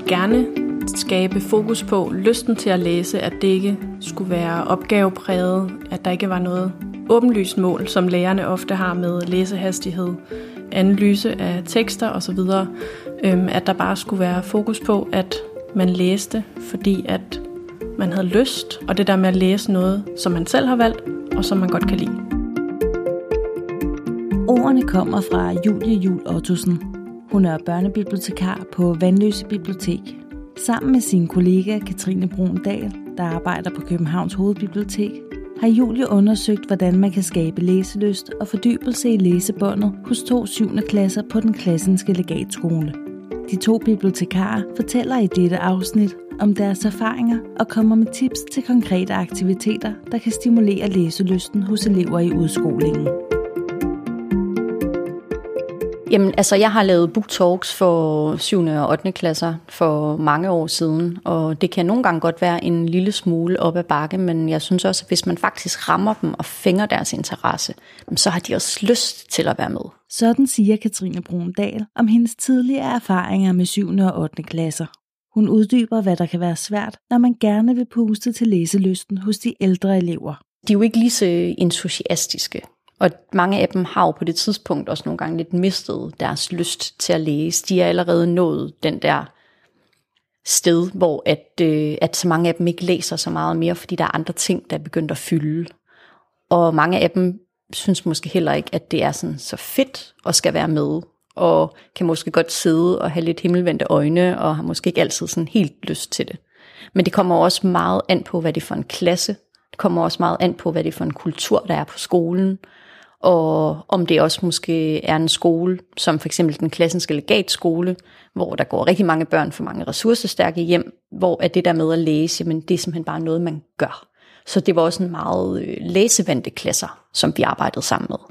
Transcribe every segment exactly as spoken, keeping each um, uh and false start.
ville gerne skabe fokus på lysten til at læse, at det ikke skulle være opgavepræget, at der ikke var noget åbenlyst mål, som lærerne ofte har med læsehastighed, analyse af tekster osv., øhm, at der bare skulle være fokus på, at man læste, fordi at man havde lyst, og det der med at læse noget, som man selv har valgt, og som man godt kan lide. Ordene kommer fra Julie Juul Ottosen. Hun er børnebibliotekar på Vanløse Bibliotek. Sammen med sin kollega Katrine Bruun Dahl, der arbejder på Københavns Hovedbibliotek, har Julie undersøgt, hvordan man kan skabe læselyst og fordybelse i læsebåndet hos to syvende klasser på den Klassenske Legatskole. De to bibliotekarer fortæller i dette afsnit om deres erfaringer og kommer med tips til konkrete aktiviteter, der kan stimulere læselysten hos elever i udskolingen. Jamen, altså, jeg har lavet book talks for syvende og ottende klasser for mange år siden, og det kan nogle gange godt være en lille smule op ad bakke, men jeg synes også, at hvis man faktisk rammer dem og fænger deres interesse, så har de også lyst til at være med. Sådan siger Katrine Bruun Dahl om hendes tidligere erfaringer med syvende og ottende klasser. Hun uddyber, hvad der kan være svært, når man gerne vil puste til læselysten hos de ældre elever. De er jo ikke lige så entusiastiske. Og mange af dem har jo på det tidspunkt også nogle gange lidt mistet deres lyst til at læse. De er allerede nået den der sted, hvor at, øh, at så mange af dem ikke læser så meget mere, fordi der er andre ting, der er begyndt at fylde. Og mange af dem synes måske heller ikke, at det er sådan så fedt at skal være med, og kan måske godt sidde og have lidt himmelvendte øjne, og har måske ikke altid sådan helt lyst til det. Men det kommer også meget an på, hvad det er for en klasse. Det kommer også meget an på, hvad det er for en kultur, der er på skolen. Og om det også måske er en skole, som for eksempel den Klassenske Legatskole, hvor der går rigtig mange børn fra mange ressourcestærke hjem, hvor er det der med at læse, men det er simpelthen bare noget, man gør. Så det var også en meget øh, læsevante klasser, som vi arbejdede sammen med.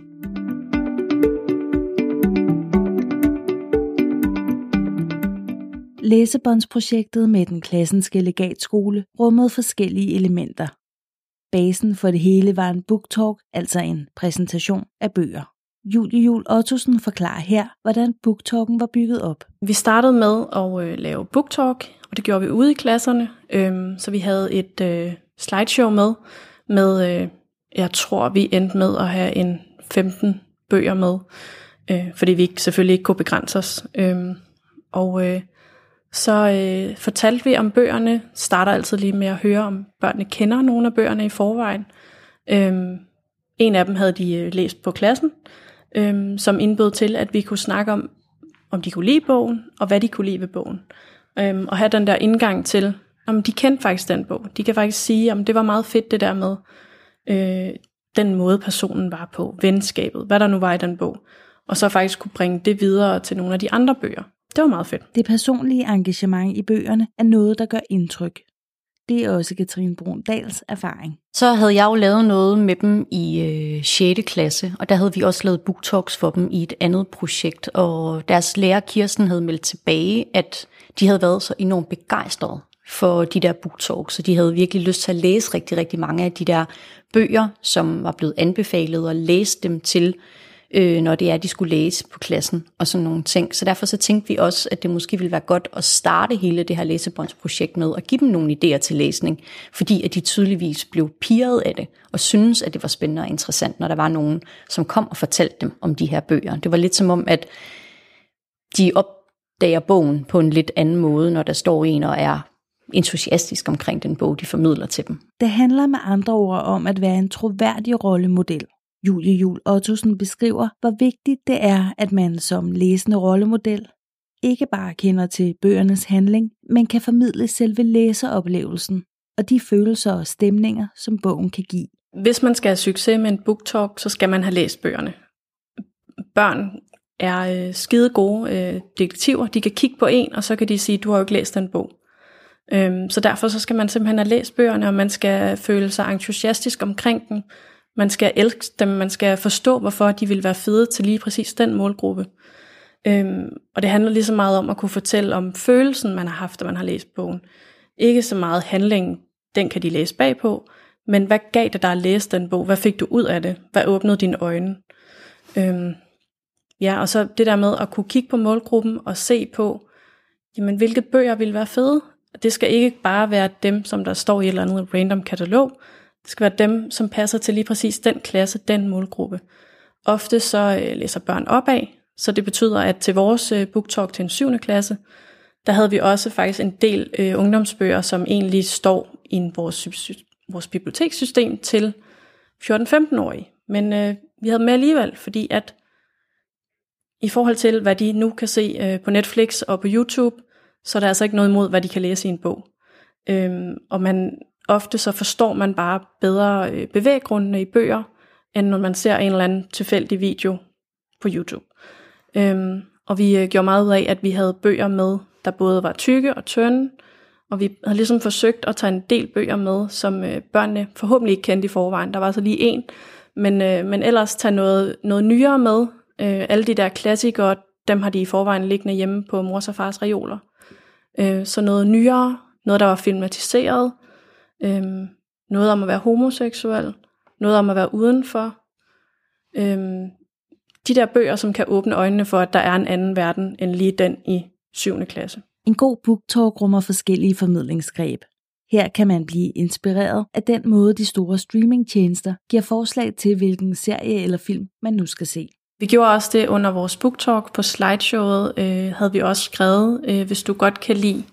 Læsebåndsprojektet med den Klassenske Legatskole rummede forskellige elementer. Basen for det hele var en book talk, altså en præsentation af bøger. Julie Juul Ottosen forklarer her, hvordan booktalken var bygget op. Vi startede med at øh, lave booktalk, og det gjorde vi ude i klasserne. Øhm, så vi havde et øh, slideshow med, med øh, jeg tror vi endte med at have en femten bøger med, øh, fordi vi selvfølgelig ikke kunne begrænse os. Øhm, og øh, så øh, fortalte vi om bøgerne, starter altid lige med at høre, om børnene kender nogle af bøgerne i forvejen. Øhm, en af dem havde de øh, læst på klassen, øhm, som indbød til, at vi kunne snakke om, om de kunne lide bogen, og hvad de kunne lide ved bogen. Øhm, og have den der indgang til, om de kendte faktisk den bog. De kan faktisk sige, om det var meget fedt det der med, øh, den måde personen var på, venskabet, hvad der nu var i den bog. Og så faktisk kunne bringe det videre til nogle af de andre bøger. Det var meget fedt. Det personlige engagement i bøgerne er noget, der gør indtryk. Det er også Katrine Bruun Dahls erfaring. Så havde jeg jo lavet noget med dem i øh, sjette klasse, og der havde vi også lavet book talks for dem i et andet projekt. Og deres lærer Kirsten havde meldt tilbage, at de havde været så enormt begejstrede for de der book talks, så de havde virkelig lyst til at læse rigtig, rigtig mange af de der bøger, som var blevet anbefalet, og læse dem til, øh, når det er, de skulle læse på klassen og sådan nogle ting. Så derfor så tænkte vi også, at det måske ville være godt at starte hele det her læsebåndsprojekt med at give dem nogle idéer til læsning, fordi at de tydeligvis blev pirret af det, og syntes, at det var spændende og interessant, når der var nogen, som kom og fortalte dem om de her bøger. Det var lidt som om, at de opdager bogen på en lidt anden måde, når der står en og er entusiastisk omkring den bog, de formidler til dem. Det handler med andre ord om at være en troværdig rollemodel. Julie Juul Ottosen beskriver, hvor vigtigt det er, at man som læsende rollemodel ikke bare kender til bøgernes handling, men kan formidle selve læseroplevelsen og de følelser og stemninger, som bogen kan give. Hvis man skal have succes med en booktalk, så skal man have læst bøgerne. Børn er øh, skide gode øh, detektiver. De kan kigge på en, og så kan de sige, du har jo ikke læst den bog. Øhm, så derfor så skal man simpelthen have læst bøgerne, og man skal føle sig entusiastisk omkring dem. Man skal elske dem, man skal forstå, hvorfor de vil være fede til lige præcis den målgruppe. Øhm, og det handler lige så meget om at kunne fortælle om følelsen, man har haft, da man har læst bogen. Ikke så meget handlingen, den kan de læse bagpå, men hvad gav det dig at læse den bog? Hvad fik du ud af det? Hvad åbnede dine øjne? Øhm, ja, og så det der med at kunne kigge på målgruppen og se på, jamen hvilke bøger vil være fede? Det skal ikke bare være dem, som der står i et eller andet random katalog. Det skal være dem, som passer til lige præcis den klasse, den målgruppe. Ofte så øh, læser børn opad, så det betyder, at til vores øh, booktalk til en syvende klasse, der havde vi også faktisk en del øh, ungdomsbøger, som egentlig står i vores, vores bibliotekssystem til fjorten-femten-årige. Men øh, vi havde med alligevel, fordi at i forhold til, hvad de nu kan se øh, på Netflix og på YouTube, så er der altså ikke noget imod, hvad de kan læse i en bog. Øhm, og man ofte så forstår man bare bedre øh, bevæggrundene i bøger, end når man ser en eller anden tilfældig video på YouTube. Øhm, og vi øh, gjorde meget ud af, at vi havde bøger med, der både var tykke og tynde, og vi havde ligesom forsøgt at tage en del bøger med, som øh, børnene forhåbentlig ikke kendte i forvejen. Der var så lige en, men, øh, men ellers tage noget, noget nyere med. Øh, alle de der klassikere, dem har de i forvejen liggende hjemme på mors og fars reoler. Øh, så noget nyere, noget der var filmatiseret, øh, noget om at være homoseksuel, noget om at være udenfor. Øh, de der bøger, som kan åbne øjnene for, at der er en anden verden, end lige den i syvende klasse. En god booktalk rummer forskellige formidlingsgreb. Her kan man blive inspireret af den måde, de store streamingtjenester giver forslag til, hvilken serie eller film man nu skal se. Vi gjorde også det under vores booktalk på slideshowet, øh, havde vi også skrevet, øh, hvis du godt kan lide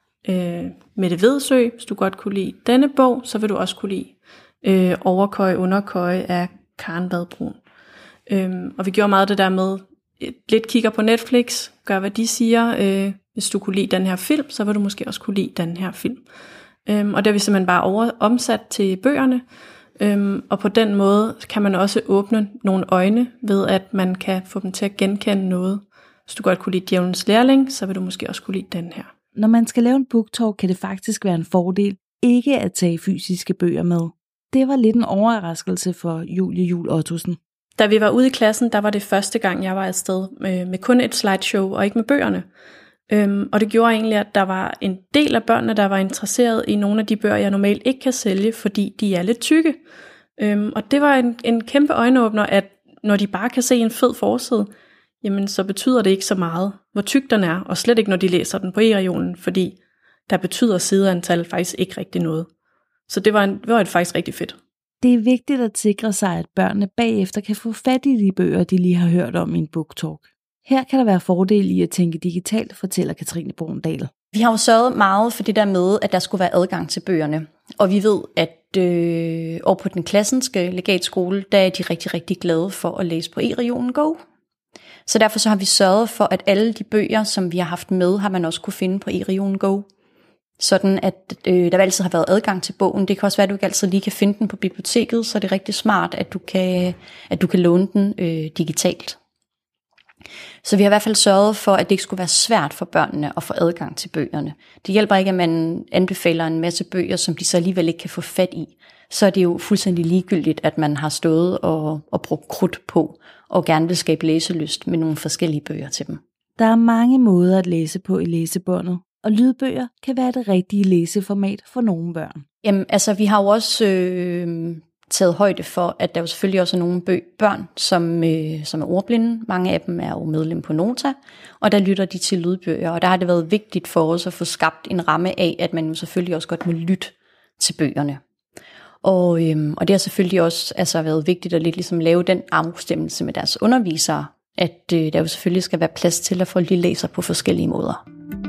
øh, Mette Vedsø, hvis du godt kunne lide denne bog, så vil du også kunne lide øh, Overkøje, Underkøje af Karen Vadbrun. Øh, og vi gjorde meget det der med, lidt kigger på Netflix, gør hvad de siger, øh, hvis du kunne lide den her film, så vil du måske også kunne lide den her film. Øh, og det har vi simpelthen bare over, omsat til bøgerne, Øhm, og på den måde kan man også åbne nogle øjne ved, at man kan få dem til at genkende noget. Hvis du godt kunne lide Djævelens Lærling, så vil du måske også kunne lide den her. Når man skal lave en booktalk, kan det faktisk være en fordel ikke at tage fysiske bøger med. Det var lidt en overraskelse for Julie Juul Ottosen. Da vi var ude i klassen, der var det første gang, jeg var afsted med, med kun et slideshow og ikke med bøgerne. Øhm, og det gjorde egentlig, at der var en del af børnene, der var interesseret i nogle af de bøger, jeg normalt ikke kan sælge, fordi de er lidt tykke. Øhm, og det var en, en kæmpe øjenåbner, at når de bare kan se en fed forside, jamen så betyder det ikke så meget, hvor tyk den er, og slet ikke når de læser den på e-regionen, fordi der betyder sideantal faktisk ikke rigtig noget. Så det var, en, det var et faktisk rigtig fedt. Det er vigtigt at sikre sig, at børnene bagefter kan få fat i de bøger, de lige har hørt om i en booktalk. Her kan der være fordel i at tænke digitalt, fortæller Katrine Bruun Dahl. Vi har jo sørget meget for det der med, at der skulle være adgang til bøgerne. Og vi ved, at øh, over på den klassenske legatskole, der er de rigtig, rigtig glade for at læse på e-regionen Go. Så derfor så har vi sørget for, at alle de bøger, som vi har haft med, har man også kunne finde på e-regionen Go. Sådan at øh, der altid har været adgang til bogen. Det kan også være, at du ikke altid lige kan finde den på biblioteket, så det er rigtig smart, at du kan, at du kan låne den øh, digitalt. Så vi har i hvert fald sørget for, at det ikke skulle være svært for børnene at få adgang til bøgerne. Det hjælper ikke, at man anbefaler en masse bøger, som de så alligevel ikke kan få fat i. Så er det jo fuldstændig ligegyldigt, at man har stået og, og brugt krudt på, og gerne vil skabe læselyst med nogle forskellige bøger til dem. Der er mange måder at læse på i læsebåndet, og lydbøger kan være det rigtige læseformat for nogle børn. Jamen, altså vi har jo også øh, taget højde for, at der jo selvfølgelig også er nogle bøg, børn, som, øh, som er ordblinde. Mange af dem er jo medlem på Nota, og der lytter de til lydbøger, og der har det været vigtigt for os at få skabt en ramme af, at man jo selvfølgelig også godt må lytte til bøgerne. Og, øhm, og det har selvfølgelig også altså, været vigtigt at lidt ligesom lave den afstemmelse med deres undervisere, at øh, der jo selvfølgelig skal være plads til, at folk de læser på forskellige måder.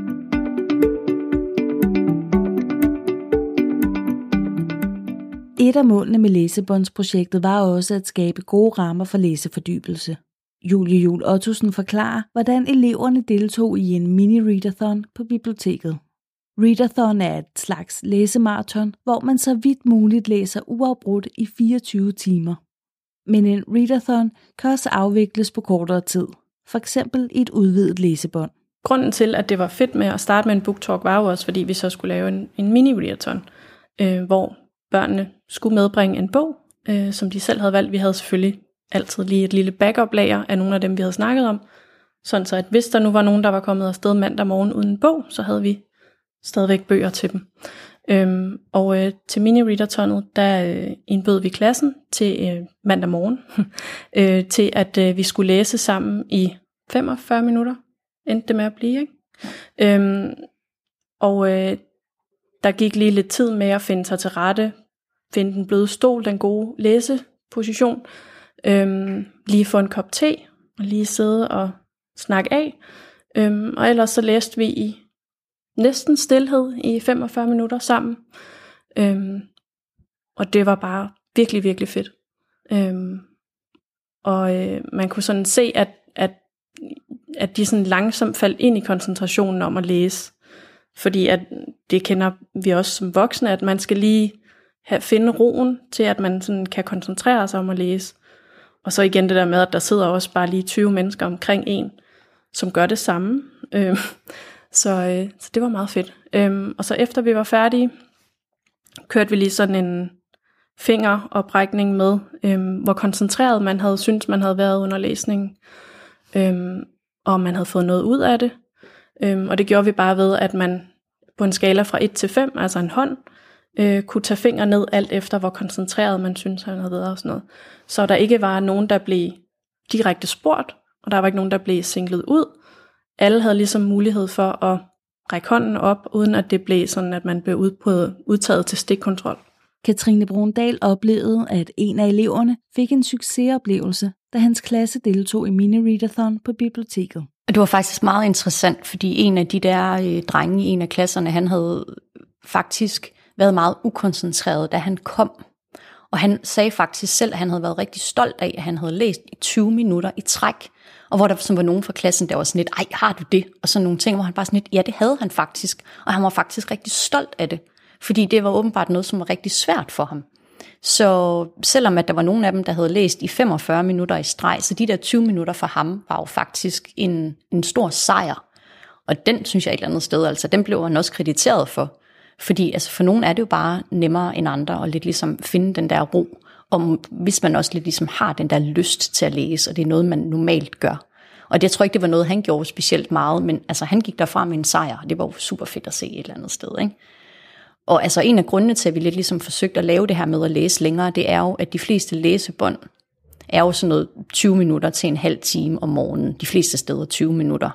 Et af målene med læsebåndsprojektet var også at skabe gode rammer for læsefordybelse. Julie Juul Ottosen forklarer, hvordan eleverne deltog i en mini-readathon på biblioteket. Readathon er et slags læsemarathon, hvor man så vidt muligt læser uafbrudt i fireogtyve timer. Men en readathon kan også afvikles på kortere tid, for eksempel i et udvidet læsebånd. Grunden til, at det var fedt med at starte med en booktalk, var jo også, fordi vi så skulle lave en, en mini-readathon, øh, hvor børnene skulle medbringe en bog, øh, som de selv havde valgt. Vi havde selvfølgelig altid lige et lille backup-lager af nogle af dem, vi havde snakket om, sådan så at hvis der nu var nogen, der var kommet afsted mandag morgen uden en bog, så havde vi stadigvæk bøger til dem. Øhm, og øh, til mini-readertonet, der øh, indbød vi klassen til øh, mandag morgen, øh, til at øh, vi skulle læse sammen i femogfyrre minutter, endte det med at blive, ikke? Øhm, og øh, der gik lige lidt tid med at finde sig til rette, finde den bløde stol, den gode læseposition, øhm, lige få en kop te, og lige sidde og snakke af. Øhm, og ellers så læste vi i næsten stilhed i femogfyrre minutter sammen. Øhm, og det var bare virkelig, virkelig fedt. Øhm, og øh, man kunne sådan se, at, at, at de sådan langsomt faldt ind i koncentrationen om at læse. Fordi at det kender vi også som voksne, at man skal lige have, finde roen til, at man sådan kan koncentrere sig om at læse. Og så igen det der med, at der sidder også bare lige tyve mennesker omkring en, som gør det samme. Øhm, så, øh, så det var meget fedt. Øhm, og så efter vi var færdige, kørte vi lige sådan en fingeroprækning med, øhm, hvor koncentreret man havde syntes, man havde været under læsningen, øhm, og man havde fået noget ud af det. Øhm, og det gjorde vi bare ved, at man på en skala fra et til fem, altså en hånd, øh, kunne tage fingre ned alt efter, hvor koncentreret man synes, han havde været og sådan noget. Så der ikke var nogen, der blev direkte spurgt, og der var ikke nogen, der blev singlet ud. Alle havde ligesom mulighed for at række hånden op, uden at det blev sådan, at man blev udtaget til stikkontrol. Katrine Bruun Dahl oplevede, at en af eleverne fik en succesoplevelse, da hans klasse deltog i mini-readathon på biblioteket. Det var faktisk meget interessant, fordi en af de der øh, drenge i en af klasserne, han havde faktisk været meget ukoncentreret, da han kom. Og han sagde faktisk selv, at han havde været rigtig stolt af, at han havde læst i tyve minutter i træk. Og hvor der som var nogen fra klassen, der var sådan lidt, ej, har du det? Og sådan nogle ting, hvor han bare sådan lidt, ja, det havde han faktisk. Og han var faktisk rigtig stolt af det. Fordi det var åbenbart noget, som var rigtig svært for ham. Så selvom at der var nogle af dem, der havde læst i femogfyrre minutter i streg, så de der tyve minutter for ham var jo faktisk en, en stor sejr. Og den synes jeg et eller andet sted, altså den blev han også krediteret for. Fordi altså for nogen er det jo bare nemmere end andre, og lidt ligesom finde den der ro. Og hvis man også lidt ligesom har den der lyst til at læse, og det er noget, man normalt gør. Og det, jeg tror ikke, det var noget, han gjorde specielt meget, men altså han gik derfra med en sejr, og det var jo super fedt at se et eller andet sted, ikke? Og altså en af grundene til, at vi lidt ligesom forsøgte at lave det her med at læse længere, det er jo, at de fleste læsebånd er jo sådan noget tyve minutter til en halv time om morgenen. De fleste steder tyve minutter.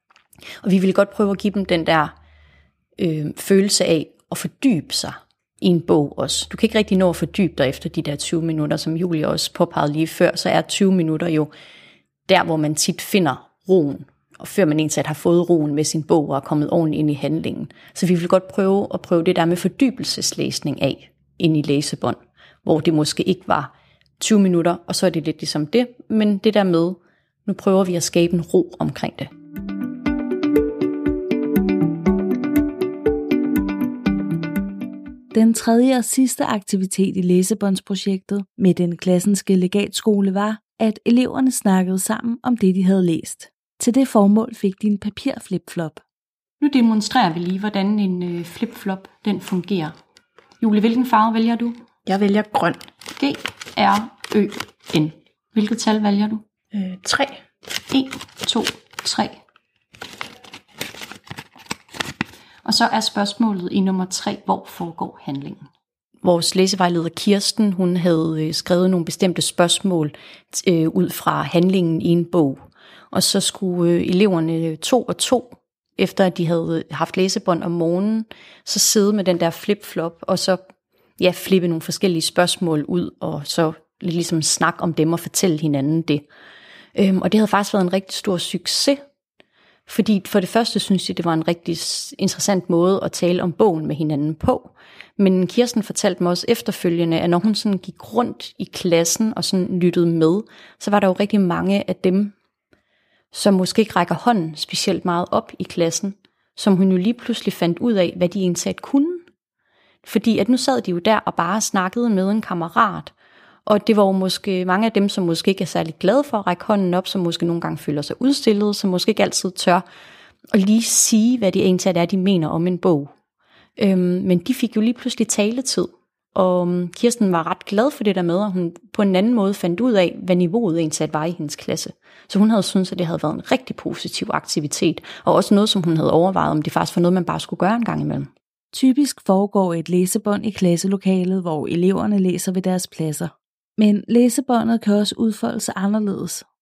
Og vi ville godt prøve at give dem den der øh, følelse af at fordybe sig i en bog også. Du kan ikke rigtig nå at fordybe dig efter de der tyve minutter, som Julie også påpegede lige før, så er tyve minutter jo der, hvor man tit finder roen. Og før man egentlig har fået roen med sin bog og er kommet ordentligt ind i handlingen. Så vi vil godt prøve at prøve det der med fordybelseslæsning af ind i læsebånd, hvor det måske ikke var tyve minutter, og så er det lidt ligesom det, men det der med, nu prøver vi at skabe en ro omkring det. Den tredje og sidste aktivitet i læsebåndsprojektet med den klassenske legatskole var, at eleverne snakkede sammen om det, de havde læst. Til det formål fik de en papirflipflop. Nu demonstrerer vi lige, hvordan en øh, flipflop den fungerer. Julie, hvilken farve vælger du? Jeg vælger grøn. G R Ø N. Hvilket tal vælger du? Øh, tre. en, to, tre. Og så er spørgsmålet i nummer tre, hvor foregår handlingen? Vores læsevejleder Kirsten, hun havde skrevet nogle bestemte spørgsmål øh, ud fra handlingen i en bog. Og så skulle øh, eleverne to og to, efter at de havde haft læsebånd om morgenen, så sidde med den der flip-flop, og så ja, flippe nogle forskellige spørgsmål ud, og så ligesom snakke om dem og fortælle hinanden det. Øhm, og det havde faktisk været en rigtig stor succes, fordi for det første synes jeg, det var en rigtig interessant måde at tale om bogen med hinanden på. Men Kirsten fortalte mig også efterfølgende, at når hun sådan gik rundt i klassen og sådan lyttede med, så var der jo rigtig mange af dem, som måske ikke rækker hånden specielt meget op i klassen, som hun jo lige pludselig fandt ud af, hvad de egentlig kunne. Fordi at nu sad de jo der og bare snakkede med en kammerat, og det var jo måske mange af dem, som måske ikke er særlig glade for at række hånden op, som måske nogle gange føler sig udstillet, som måske ikke altid tør at lige sige, hvad det egentlig er, de mener om en bog. Øhm, men de fik jo lige pludselig taletid, og Kirsten var ret glad for det der med, at hun på en anden måde fandt ud af, hvad niveauet egentlig var i hendes klasse. Så hun havde syntes, at det havde været en rigtig positiv aktivitet, og også noget, som hun havde overvejet, om det faktisk var noget, man bare skulle gøre en gang imellem. Typisk foregår et læsebånd i klasselokalet, hvor eleverne læser ved deres pladser. Men læsebåndet kan også udfolde sig anderledes.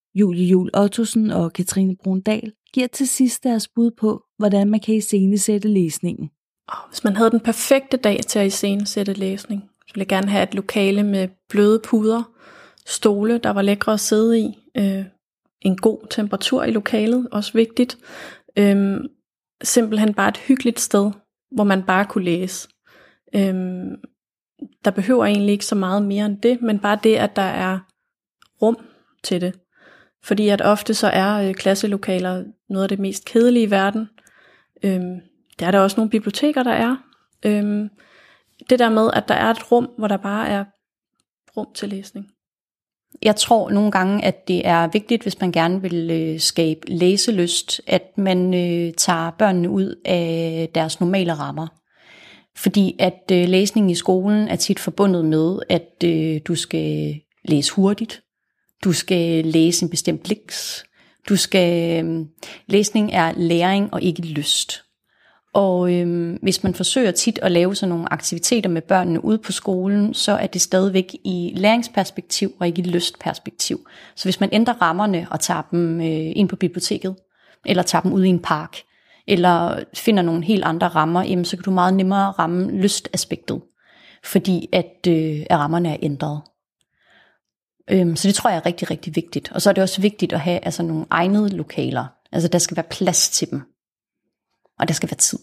Julie Juul Ottosen og Katrine Bruun Dahl giver til sidst deres bud på, hvordan man kan iscenesætte læsningen. Hvis man havde den perfekte dag til at iscenesætte læsning, så ville jeg gerne have et lokale med bløde puder, stole, der var lækre at sidde i, øh, en god temperatur i lokalet, også vigtigt. Øh, simpelthen bare et hyggeligt sted, hvor man bare kunne læse. Øh, der behøver egentlig ikke så meget mere end det, men bare det, at der er rum til det. Fordi at ofte så er øh, klasselokaler noget af det mest kedelige i verden. Øh, der er der også nogle biblioteker, der er. Øh, det der med, at der er et rum, hvor der bare er rum til læsning. Jeg tror nogle gange, at det er vigtigt, hvis man gerne vil øh, skabe læselyst, at man øh, tager børnene ud af deres normale rammer. Fordi at øh, læsning i skolen er tit forbundet med, at øh, du skal læse hurtigt, du skal læse en bestemt leks, du skal øh, læsning er læring og ikke lyst. Og øh, hvis man forsøger tit at lave sådan nogle aktiviteter med børnene ude på skolen, så er det stadigvæk i læringsperspektiv og ikke i lystperspektiv. Så hvis man ændrer rammerne og tager dem øh, ind på biblioteket, eller tager dem ud i en park, eller finder nogle helt andre rammer, jamen, så kan du meget nemmere ramme lystaspektet, fordi at, øh, at rammerne er ændret. Øhm, så det tror jeg er rigtig, rigtig vigtigt. Og så er det også vigtigt at have altså, nogle egnede lokaler. Altså der skal være plads til dem. Og der skal være tid.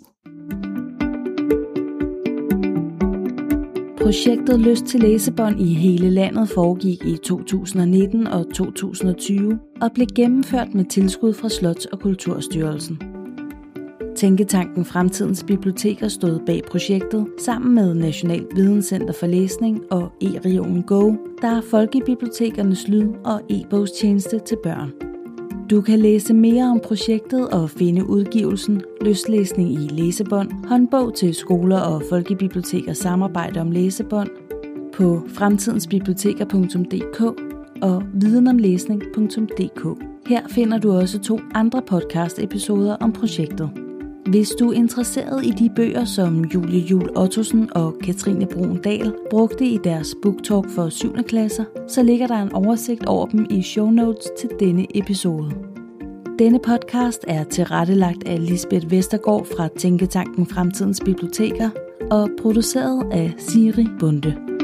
Projektet Lyst til læsebånd i hele landet foregik i to tusind nitten og to tusind tyve og blev gennemført med tilskud fra Slots- og Kulturstyrelsen. Tænketanken Fremtidens Biblioteker stod bag projektet sammen med Nationalt Videnscenter for Læsning og eReolen Go, der er folkebibliotekernes lyd- og e-bogstjeneste til børn. Du kan læse mere om projektet og finde udgivelsen Lystlæsning i læsebånd, håndbog til skoler og folkebibliotekers samarbejde om læsebånd på fremtidensbiblioteker punktum d k og videnomlæsning punktum d k. Her finder du også to andre podcast-episoder om projektet. Hvis du er interesseret i de bøger, som Julie Juul Ottosen og Katrine Bruun Dahl brugte i deres booktalk for syvende klasser, så ligger der en oversigt over dem i show notes til denne episode. Denne podcast er tilrettelagt af Lisbeth Vestergaard fra Tænketanken Fremtidens Biblioteker og produceret af Siri Bunde.